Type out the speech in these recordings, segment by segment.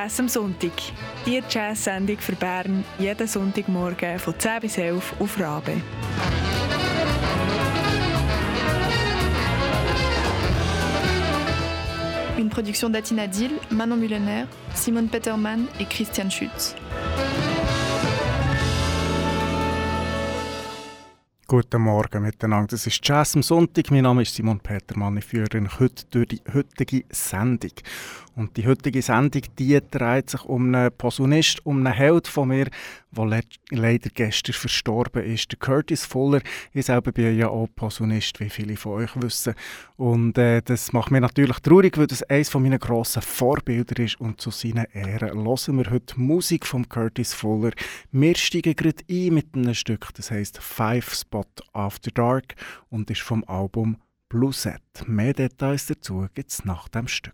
Jazz am Sonntag. Die Jazz-Sendung für Bern jeden Sonntagmorgen von 10 bis 11 auf Rabe. Une production d'Atina Dill, Manon Mullener, Simone Petermann et Christian Schütz. Guten Morgen miteinander, das ist Jazz am Sonntag. Mein Name ist Simon Petermann, ich führe euch heute durch die heutige Sendung. Und die heutige Sendung die dreht sich um einen Posaunist, um einen Held von mir, der leider gestern verstorben ist, der Curtis Fuller. Ich selber bin ja auch Posaunist, wie viele von euch wissen. Und das macht mich natürlich traurig, weil das eines meiner grossen Vorbilder ist. Und zu seinen Ehren hören wir heute Musik von Curtis Fuller. Wir steigen gerade ein mit einem Stück, das heisst «Five Spot After Dark» und ist vom Album «Blueset». Mehr Details dazu gibt es nach dem Stück.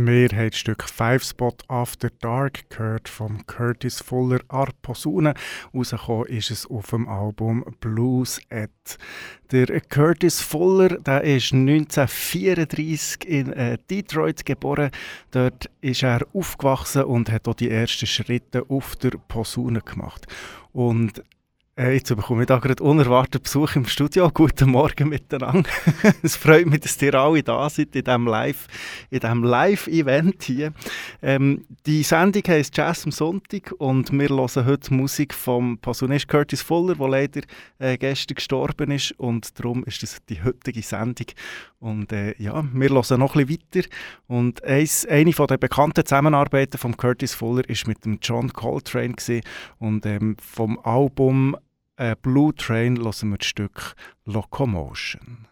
Wir haben das Stück «Five Spot After Dark» gehört vom Curtis Fuller an Posaune. Rausgekommen ist es auf dem Album «Blues Ed». Der Curtis Fuller, der ist 1934 in Detroit geboren. Dort ist er aufgewachsen und hat auch die ersten Schritte auf der Posaune gemacht. Und jetzt bekomme ich da gerade unerwartet Besuch im Studio. Guten Morgen miteinander. Es freut mich, dass ihr alle da seid in diesem Live-Event hier. Die Sendung heisst «Jazz am Sonntag» und wir hören heute Musik vom Posaunist Curtis Fuller, der leider gestern gestorben ist, und darum ist das die heutige Sendung. Und ja, wir hören noch ein bisschen weiter. Und eine der bekannten Zusammenarbeiten von Curtis Fuller war mit dem John Coltrane und vom Album Blue Train hören wir das Stück «Locomotion».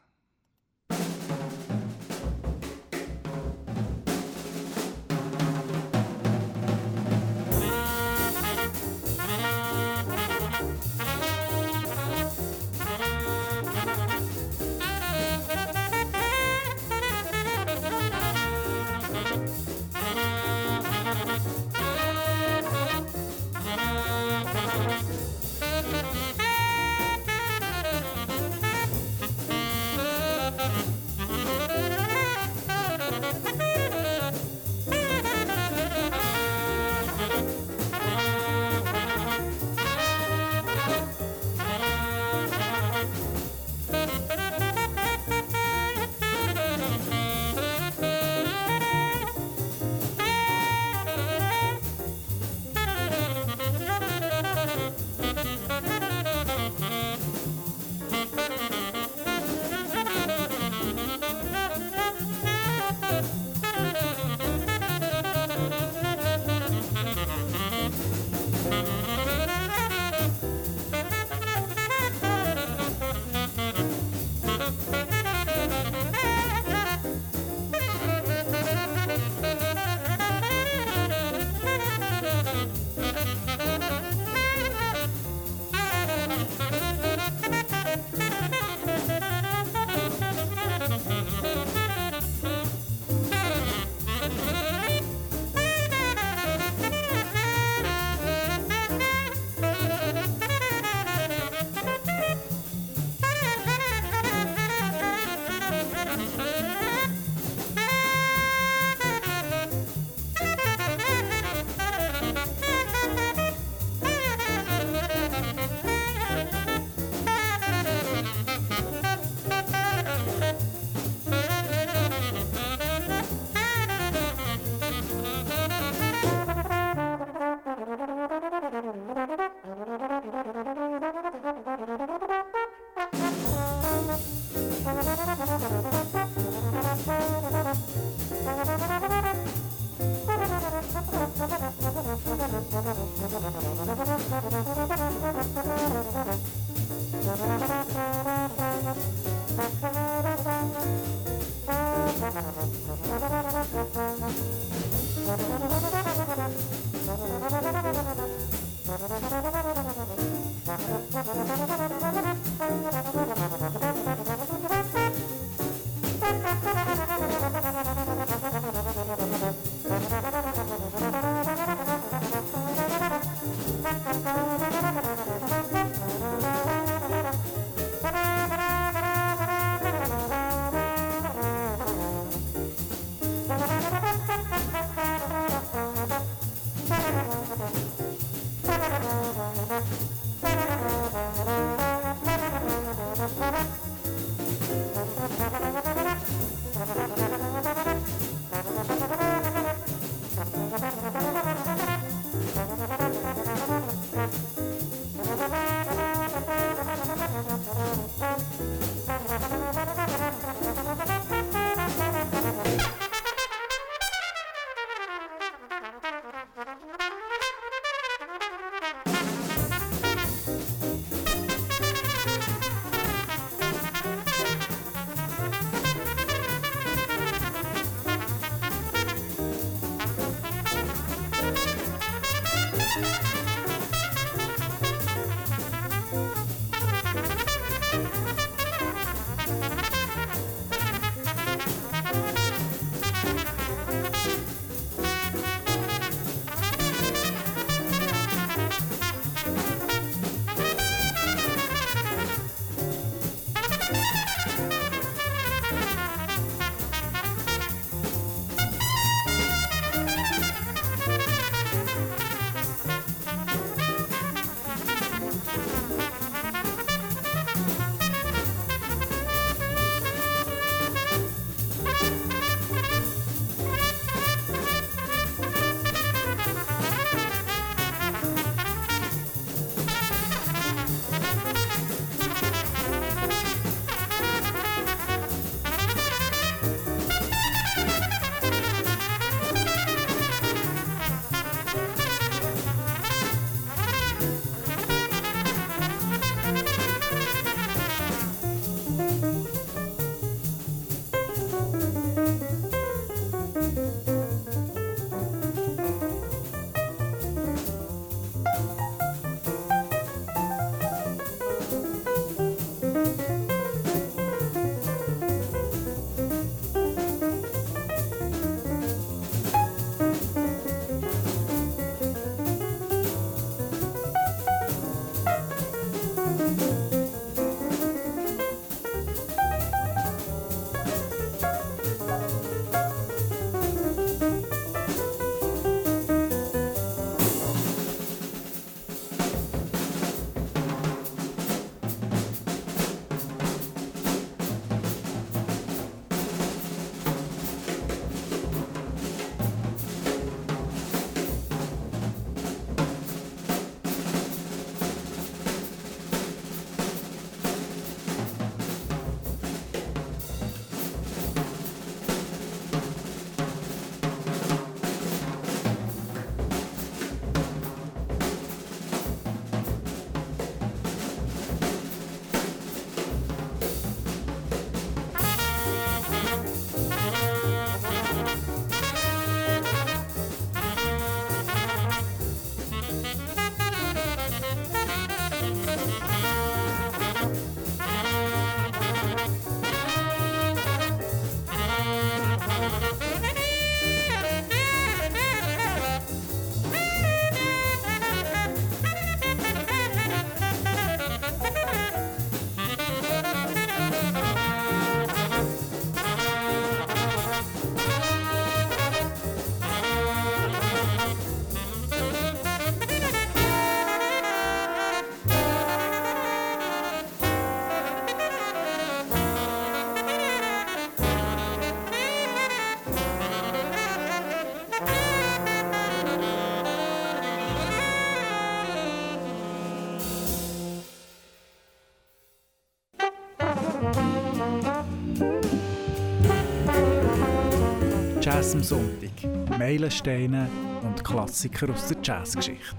Jazz am Sonntag. Meilensteine und Klassiker aus der Jazzgeschichte.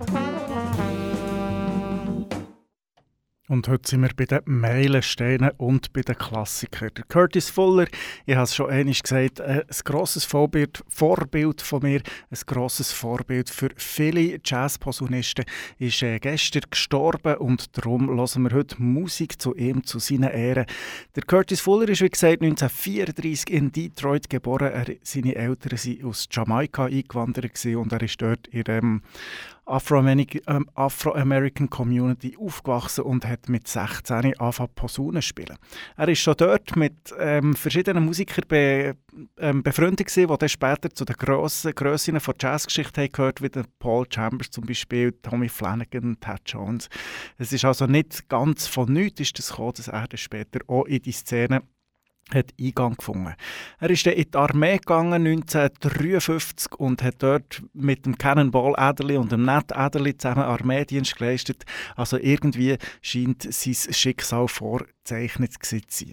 Und heute sind wir bei den Meilensteinen und bei den Klassikern. Der Curtis Fuller, ich habe es schon einmal gesagt, ein grosses Vorbild von mir, ein grosses Vorbild für viele Jazzposaunisten, ist gestern gestorben und darum hören wir heute Musik zu ihm, zu seinen Ehren. Der Curtis Fuller ist, wie gesagt, 1934 in Detroit geboren. Seine Eltern sind aus Jamaika eingewandert und er ist dort in der Afro-American Community aufgewachsen und hat mit 16 angefangen Posaunen zu spielen. Er war schon dort mit verschiedenen Musikern befreundet gewesen, die dann später zu den Grössen der Jazzgeschichte gehört, wie Paul Chambers zum Beispiel, Tommy Flanagan, Tad Jones. Es ist also nicht ganz von nichts ist das gekommen, dass er dann später auch in die Szene hat Eingang gefunden. Er ist dann in die Armee gegangen 1953 und hat dort mit dem Cannonball Adderley und dem Ned Adderley zusammen Armeedienst geleistet. Also irgendwie scheint sein Schicksal vorzeichnet zu sein.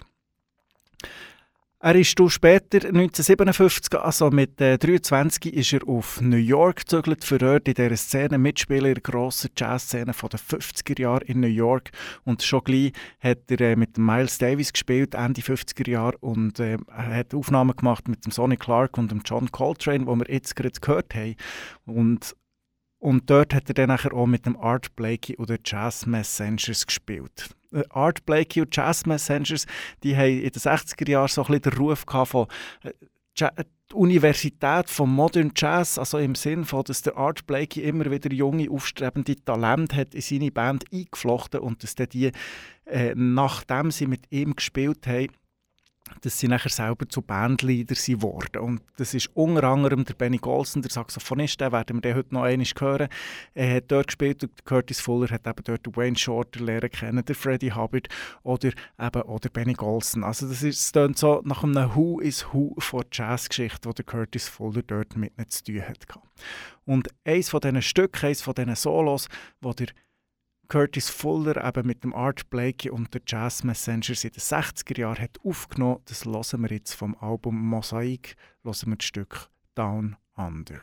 Er ist später, 1957, also mit 23, ist er auf New York gezögert, für dort in dieser Szene mitspielen, in der grossen Jazzszene der 50er Jahre in New York. Und schon gleich hat er mit Miles Davis gespielt, Ende 50er Jahre, und er hat Aufnahmen gemacht mit dem Sonny Clark und dem John Coltrane, die wir jetzt gerade gehört haben. Und dort hat er dann nachher auch mit dem Art Blakey und den Jazz Messengers gespielt. Art Blakey und Jazz Messengers, die haben in den 60er Jahren so ein bisschen den Ruf gehabt von die Universität vom Modern Jazz, also im Sinn von, dass der Art Blakey immer wieder junge, aufstrebende Talente hat in seine Band eingeflochten und dass die, nachdem sie mit ihm gespielt haben, dass sie nachher selber zu Bandleader geworden. Und das ist unter anderem der Benny Golson, der Saxophonist, den werden wir heute noch einmal hören. Er hat dort gespielt und Curtis Fuller hat eben dort Wayne Shorter lernen kennen, der Freddie Hubbard oder eben auch der Benny Golson. Also das tönt so nach einem Who is Who von Jazzgeschichte, wo der Curtis Fuller dort mit nicht zu tun hat. Und eines von diesen Stücken, eines von diesen Solos, wo der Curtis Fuller eben mit dem Art Blakey und den Jazz Messengers in den 60er Jahren hat aufgenommen. Das hören wir jetzt vom Album Mosaik, hören wir das Stück Down Under.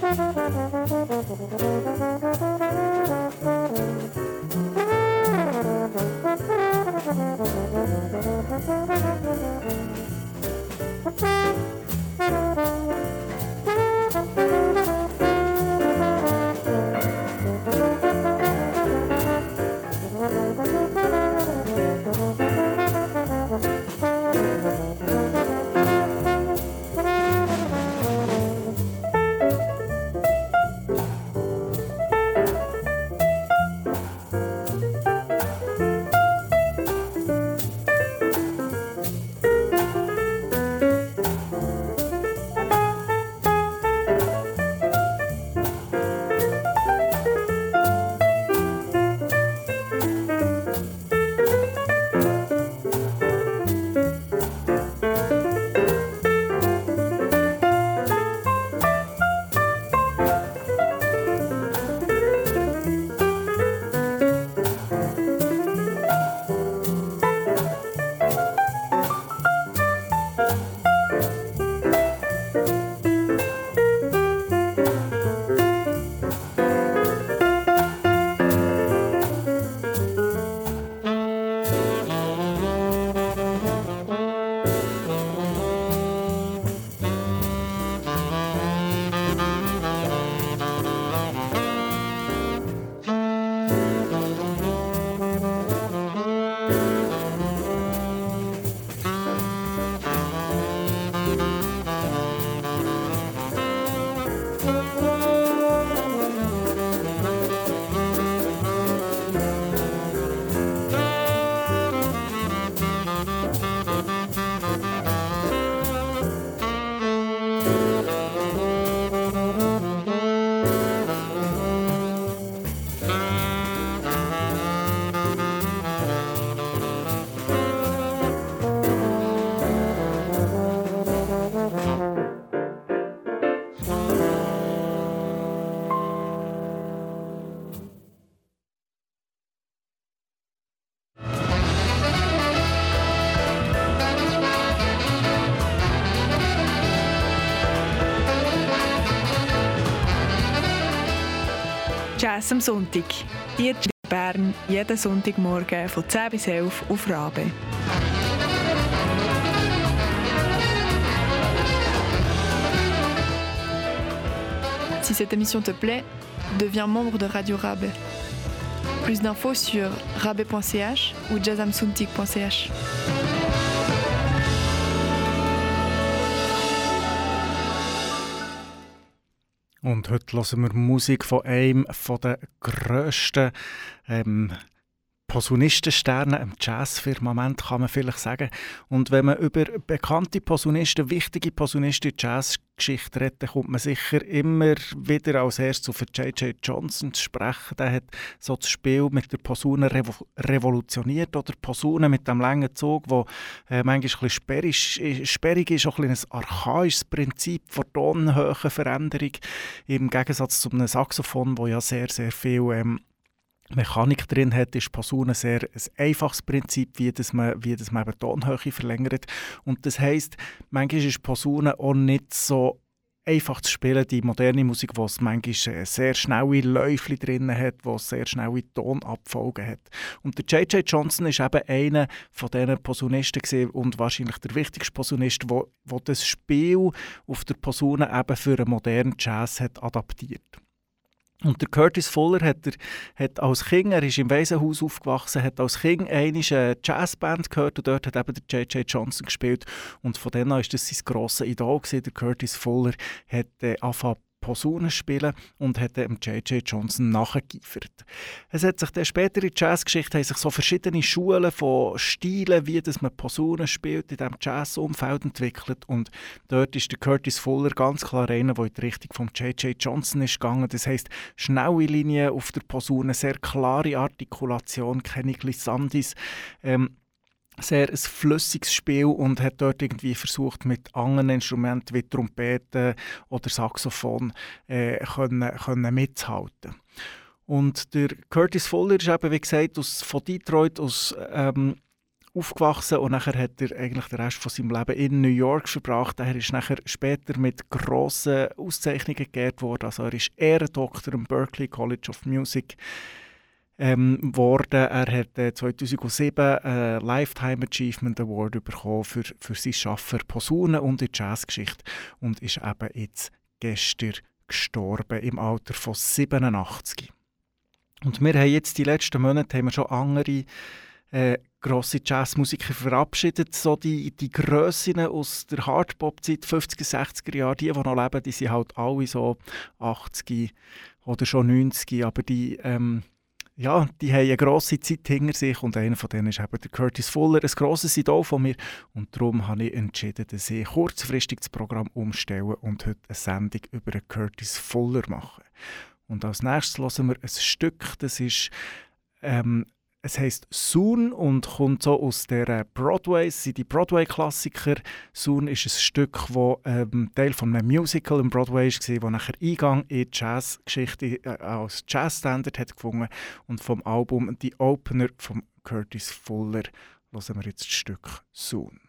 Jazz am Sonntag. Die Bern jeden Sonntagmorgen von 10 bis 11 auf Rabe. Si cette émission te plaît, deviens membre de Radio Rabe. Plus d'infos sur rabe.ch ou jazzamsuntik.ch. Und heute hören wir Musik von einem der grössten Posaunistensterne im Jazzfirmament, kann man vielleicht sagen. Und wenn man über bekannte Posaunisten, wichtige Posaunisten in der Jazzgeschichte redet, dann kommt man sicher immer wieder als erstes auf J.J. Johnson zu sprechen. Der hat so das Spiel mit der Posaune revolutioniert, oder Posaune mit dem langen Zug, wo manchmal ein bisschen sperrig ist, auch ein archaisches Prinzip von Tonhöhenveränderung, im Gegensatz zu einem Saxophon, wo ja sehr, sehr viel Mechanik drin hat, ist Posaune sehr ein einfaches Prinzip, wie das man eben Tonhöhe verlängert. Und das heisst, manchmal ist Posaune auch nicht so einfach zu spielen, die moderne Musik, wo es manchmal sehr schnelle Läufe drin hat, wo es sehr schnelle Tonabfolgen hat. Und der J.J. Johnson ist eben einer von diesen Posaunisten gewesen und wahrscheinlich der wichtigste Posaunist, wo das Spiel auf der Posaune eben für einen modernen Jazz hat adaptiert. Und der Curtis Fuller hat als Kind, er ist im Waisenhaus aufgewachsen, hat als Kind eine Jazzband gehört und dort hat eben der J.J. Johnson gespielt. Und von dann an war das sein grosses Idol gewesen. Der Curtis Fuller hat angefangen Posaune spielen und hat dem J.J. Johnson nachgeeifert. Es hat sich dann später in der Jazzgeschichte haben sich so verschiedene Schulen von Stilen, wie das man Posaune spielt, in diesem Jazzumfeld entwickelt. Und dort ist der Curtis Fuller ganz klar einer, der in die Richtung von J.J. Johnson ist gegangen. Das heisst, schnelle Linien auf der Posaune, sehr klare Artikulation, keine Glissandis, sehr ein flüssiges Spiel und hat dort irgendwie versucht, mit anderen Instrumenten wie Trompeten oder Saxophon können mitzuhalten. Und der Curtis Fuller ist eben, wie gesagt, von Detroit, aus aufgewachsen und nachher hat er eigentlich den Rest von seinem Leben in New York verbracht. Er ist nachher später mit grossen Auszeichnungen geehrt worden. Also er ist Ehrendoktor am Berklee College of Music geworden. Er hat 2007 einen Lifetime Achievement Award bekommen für sein Schaffen Posaune und in Jazzgeschichte und ist eben jetzt gestern gestorben im Alter von 87. Und wir haben jetzt die letzten Monate haben wir schon andere grosse Jazzmusiker verabschiedet. So die Grössinnen aus der Hardpop-Zeit, 50er, 60er Jahre, die noch leben, die sind halt alle so 80 oder schon 90, aber die haben eine grosse Zeit hinter sich und einer von denen ist eben der Curtis Fuller, ein grosses Idol von mir und darum habe ich entschieden, dass ich kurzfristig das Programm umstellen und heute eine Sendung über den Curtis Fuller mache. Und als nächstes hören wir ein Stück, das ist es heisst Soon und kommt so aus der Broadway, es sind die Broadway-Klassiker. Soon ist ein Stück, das Teil von einem Musical im Broadway war, das nachher Eingang in die Jazzgeschichte als Jazzstandard hat gefunden. Und vom Album «The Opener» von Curtis Fuller hören wir jetzt das Stück Soon.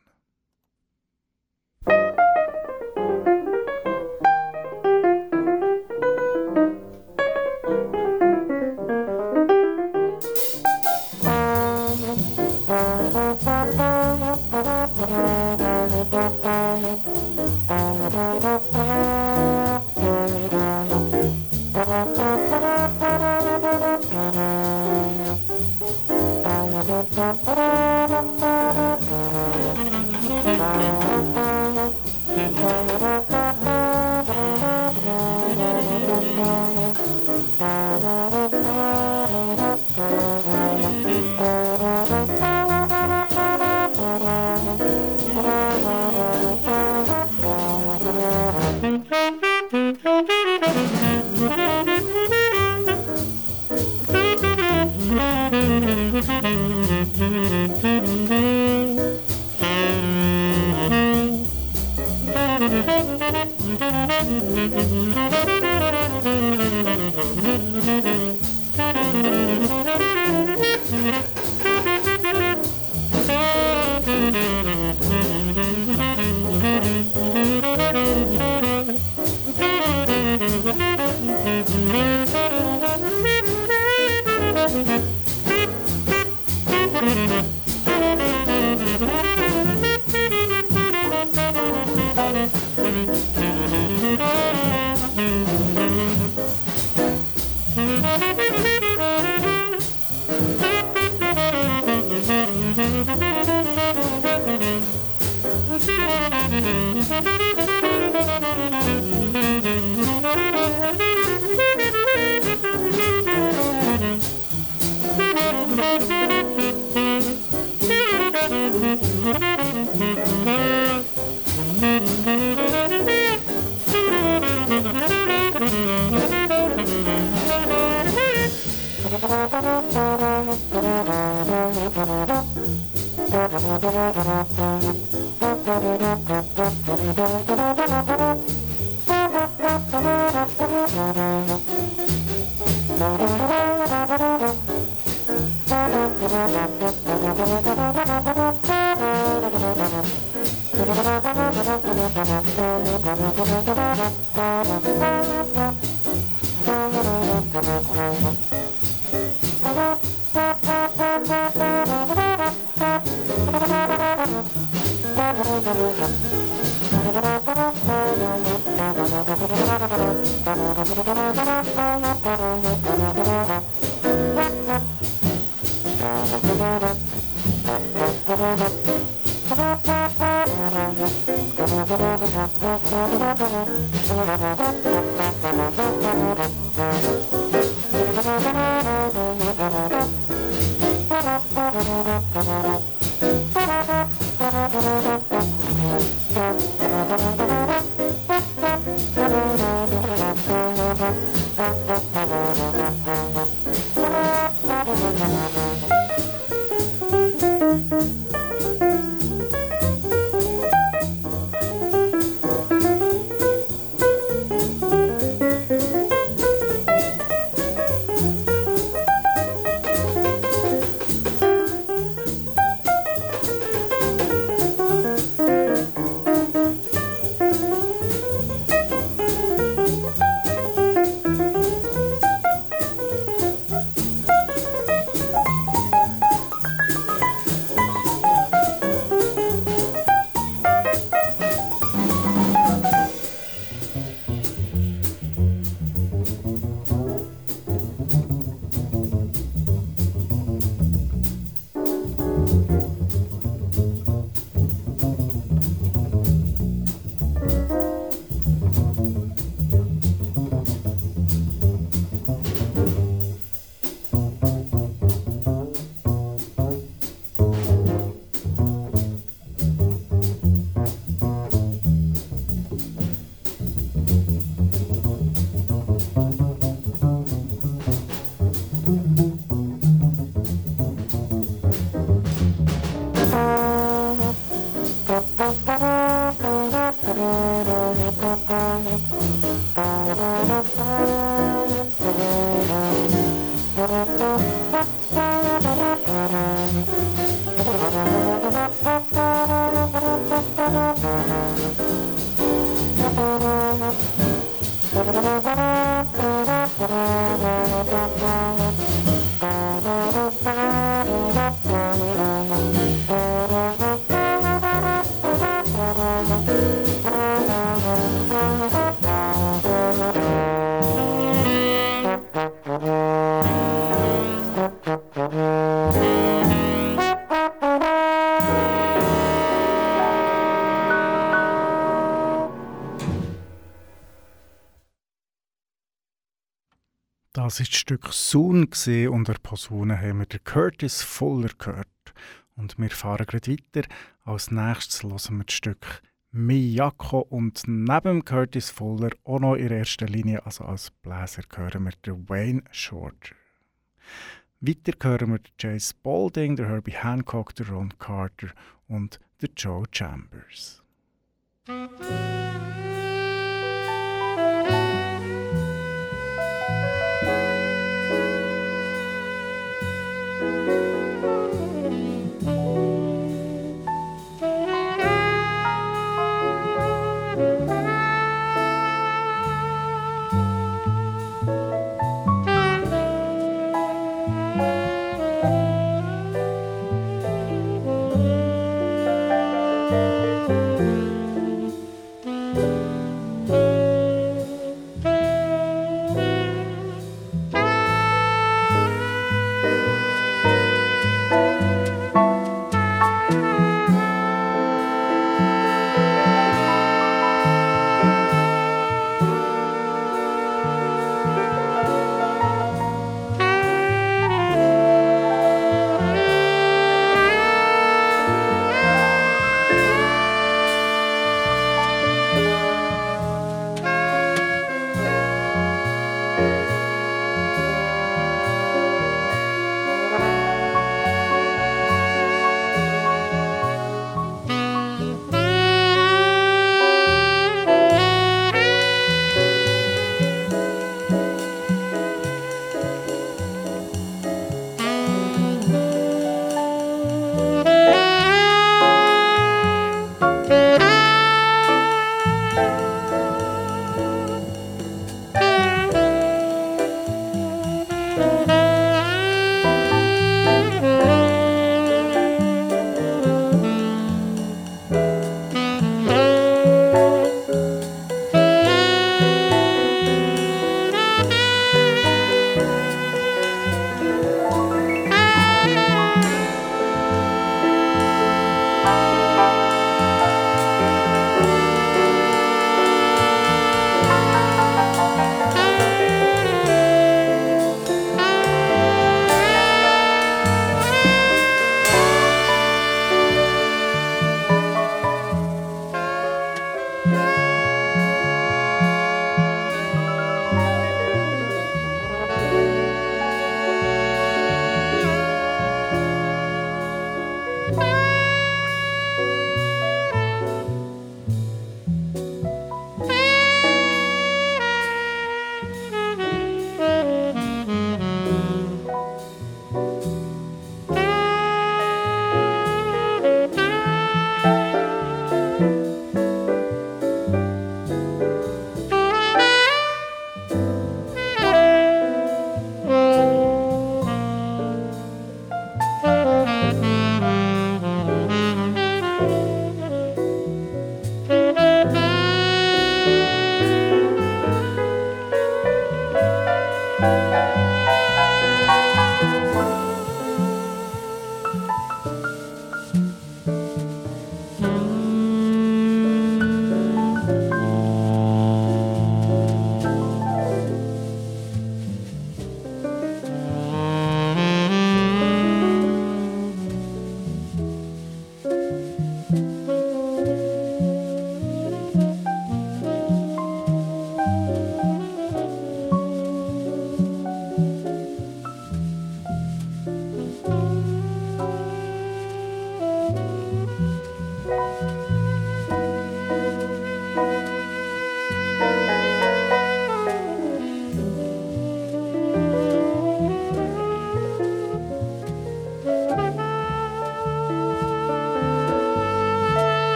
Das war das Stück «Soon» und der Posaune haben wir den Curtis Fuller gehört. Und wir fahren gleich weiter. Als nächstes hören wir das Stück «Miyako» und neben Curtis Fuller auch noch in erster Linie, also als Bläser, hören wir den Wayne Shorter. Weiter hören wir den Jay Spalding, den Herbie Hancock, den Ron Carter und den Joe Chambers.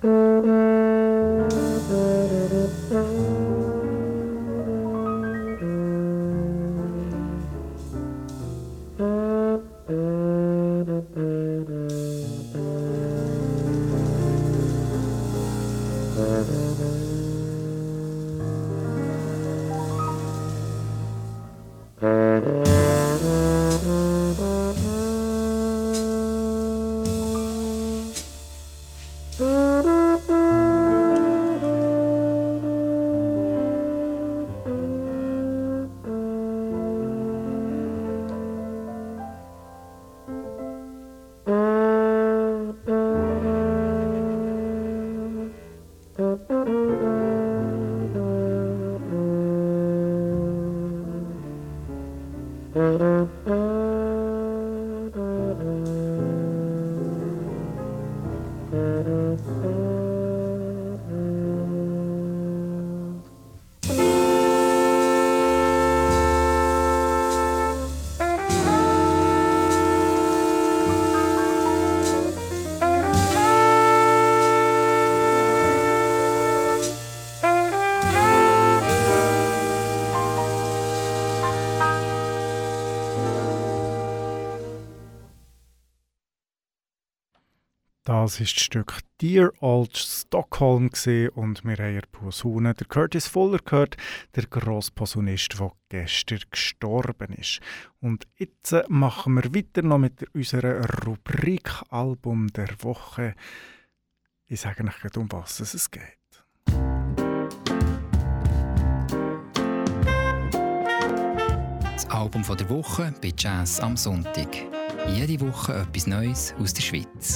Das ist das Stück «Dear Old Stockholm» und wir haben in der Posaune der Curtis Fuller gehört, der Grossposaunist, der gestern gestorben ist. Und jetzt machen wir weiter noch mit unserer Rubrik «Album der Woche». Ich sage euch gleich, um was es geht. Das Album der Woche bei Jazz am Sonntag. Jede Woche etwas Neues aus der Schweiz.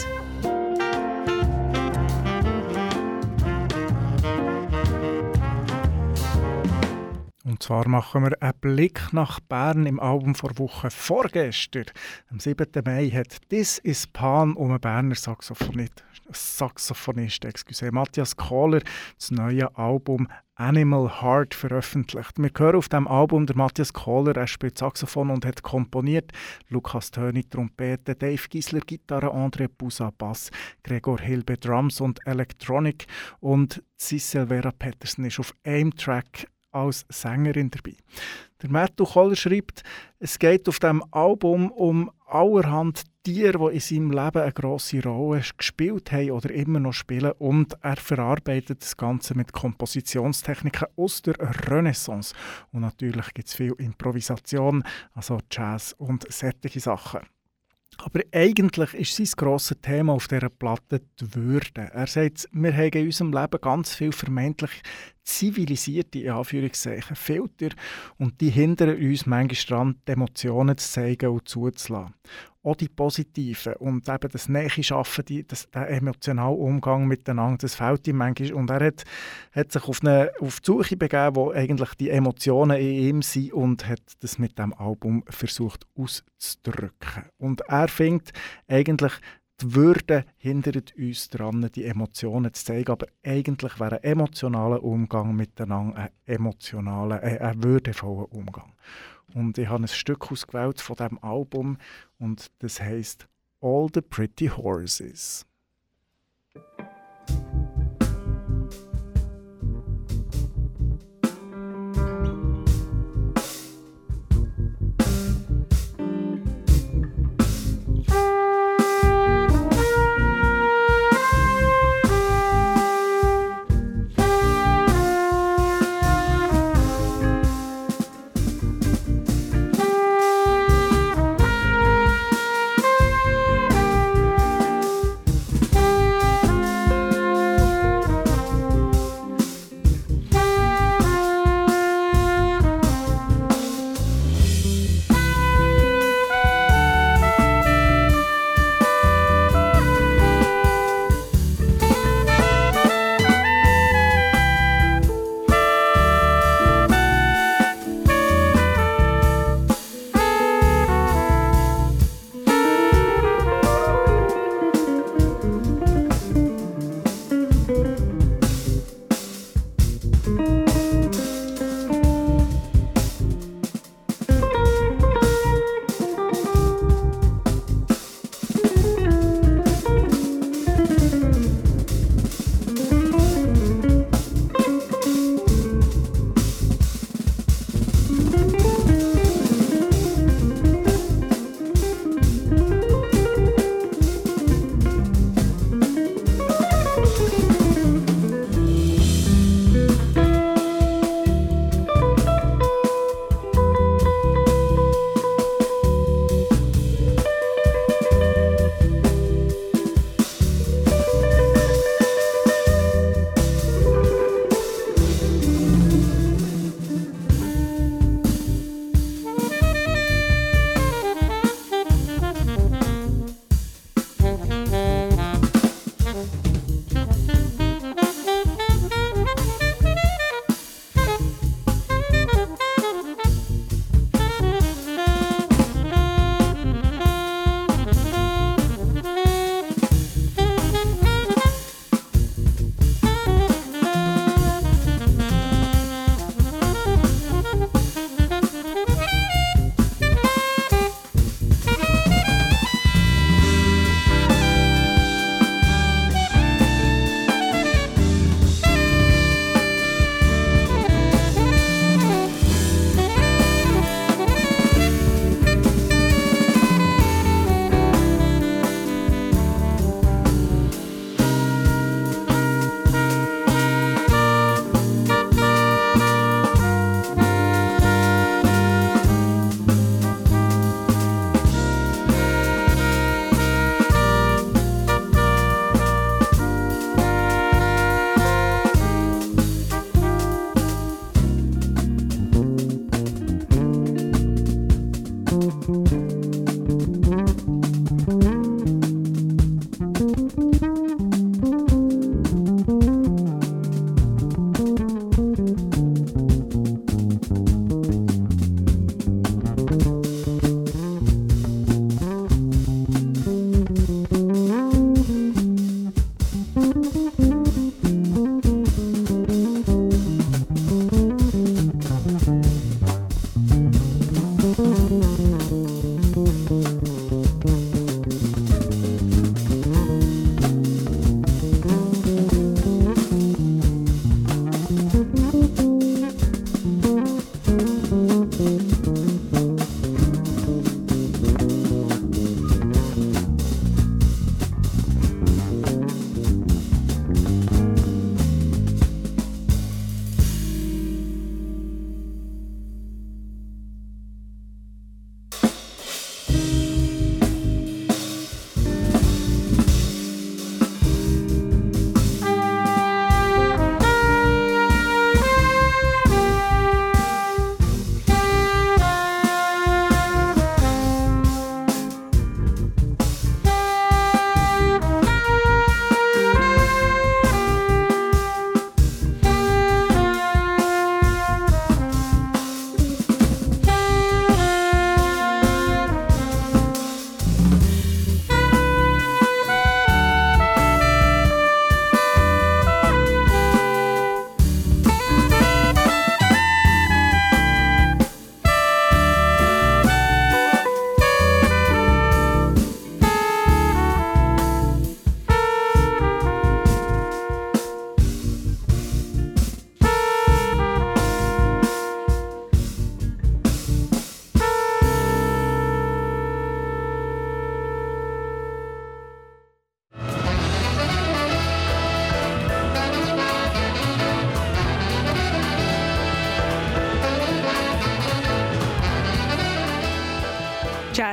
Und zwar machen wir einen Blick nach Bern im Album der Woche vorgestern. Am 7. Mai hat «This is Pan» um einen Berner Saxophonist Matthias Kohler das neue Album «Animal Heart» veröffentlicht. Wir hören auf diesem Album der Matthias Kohler, er spielt Saxophon und hat komponiert. Lukas Töni Trompete, Dave Gisler Gitarre, André Busa Bass, Gregor Hilbe Drums und Electronic und Cecil Vera Pettersen ist auf einem Track als Sängerin dabei. Der Matthew Kohler schreibt, es geht auf diesem Album um allerhand Tiere, die in seinem Leben eine grosse Rolle gespielt haben oder immer noch spielen, und er verarbeitet das Ganze mit Kompositionstechniken aus der Renaissance. Und natürlich gibt es viel Improvisation, also Jazz und solche Sachen. Aber eigentlich ist sein grosses Thema auf dieser Platte die Würde. Er sagt, wir haben in unserem Leben ganz viel vermeintlich zivilisierte, in Anführungszeichen, Filter, und die hindern uns manchmal daran, die Emotionen zu zeigen und zuzulassen. Auch die positiven und eben das nähe Schaffen, der emotionale Umgang miteinander, das fehlt ihm manchmal. Und er hat sich auf die Suche begeben, wo eigentlich die Emotionen in ihm sind, und hat das mit dem Album versucht auszudrücken. Und er findet eigentlich, die Würde hindert uns daran, die Emotionen zu zeigen, aber eigentlich wäre ein emotionaler Umgang miteinander ein würdevoller Umgang. Und ich habe ein Stück ausgewählt von diesem Album, und das heisst «All the Pretty Horses».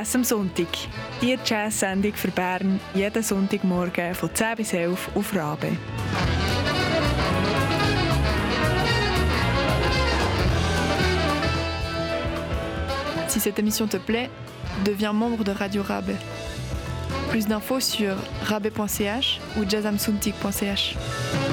Jazz am Sonntag. Die Jazz-Sendung für Bern jeden Sonntagmorgen von 10 bis 11 auf Rabe. Si cette émission te plaît, deviens membre de Radio Rabe. Plus d'infos sur rabe.ch ou jazzamsuntik.ch.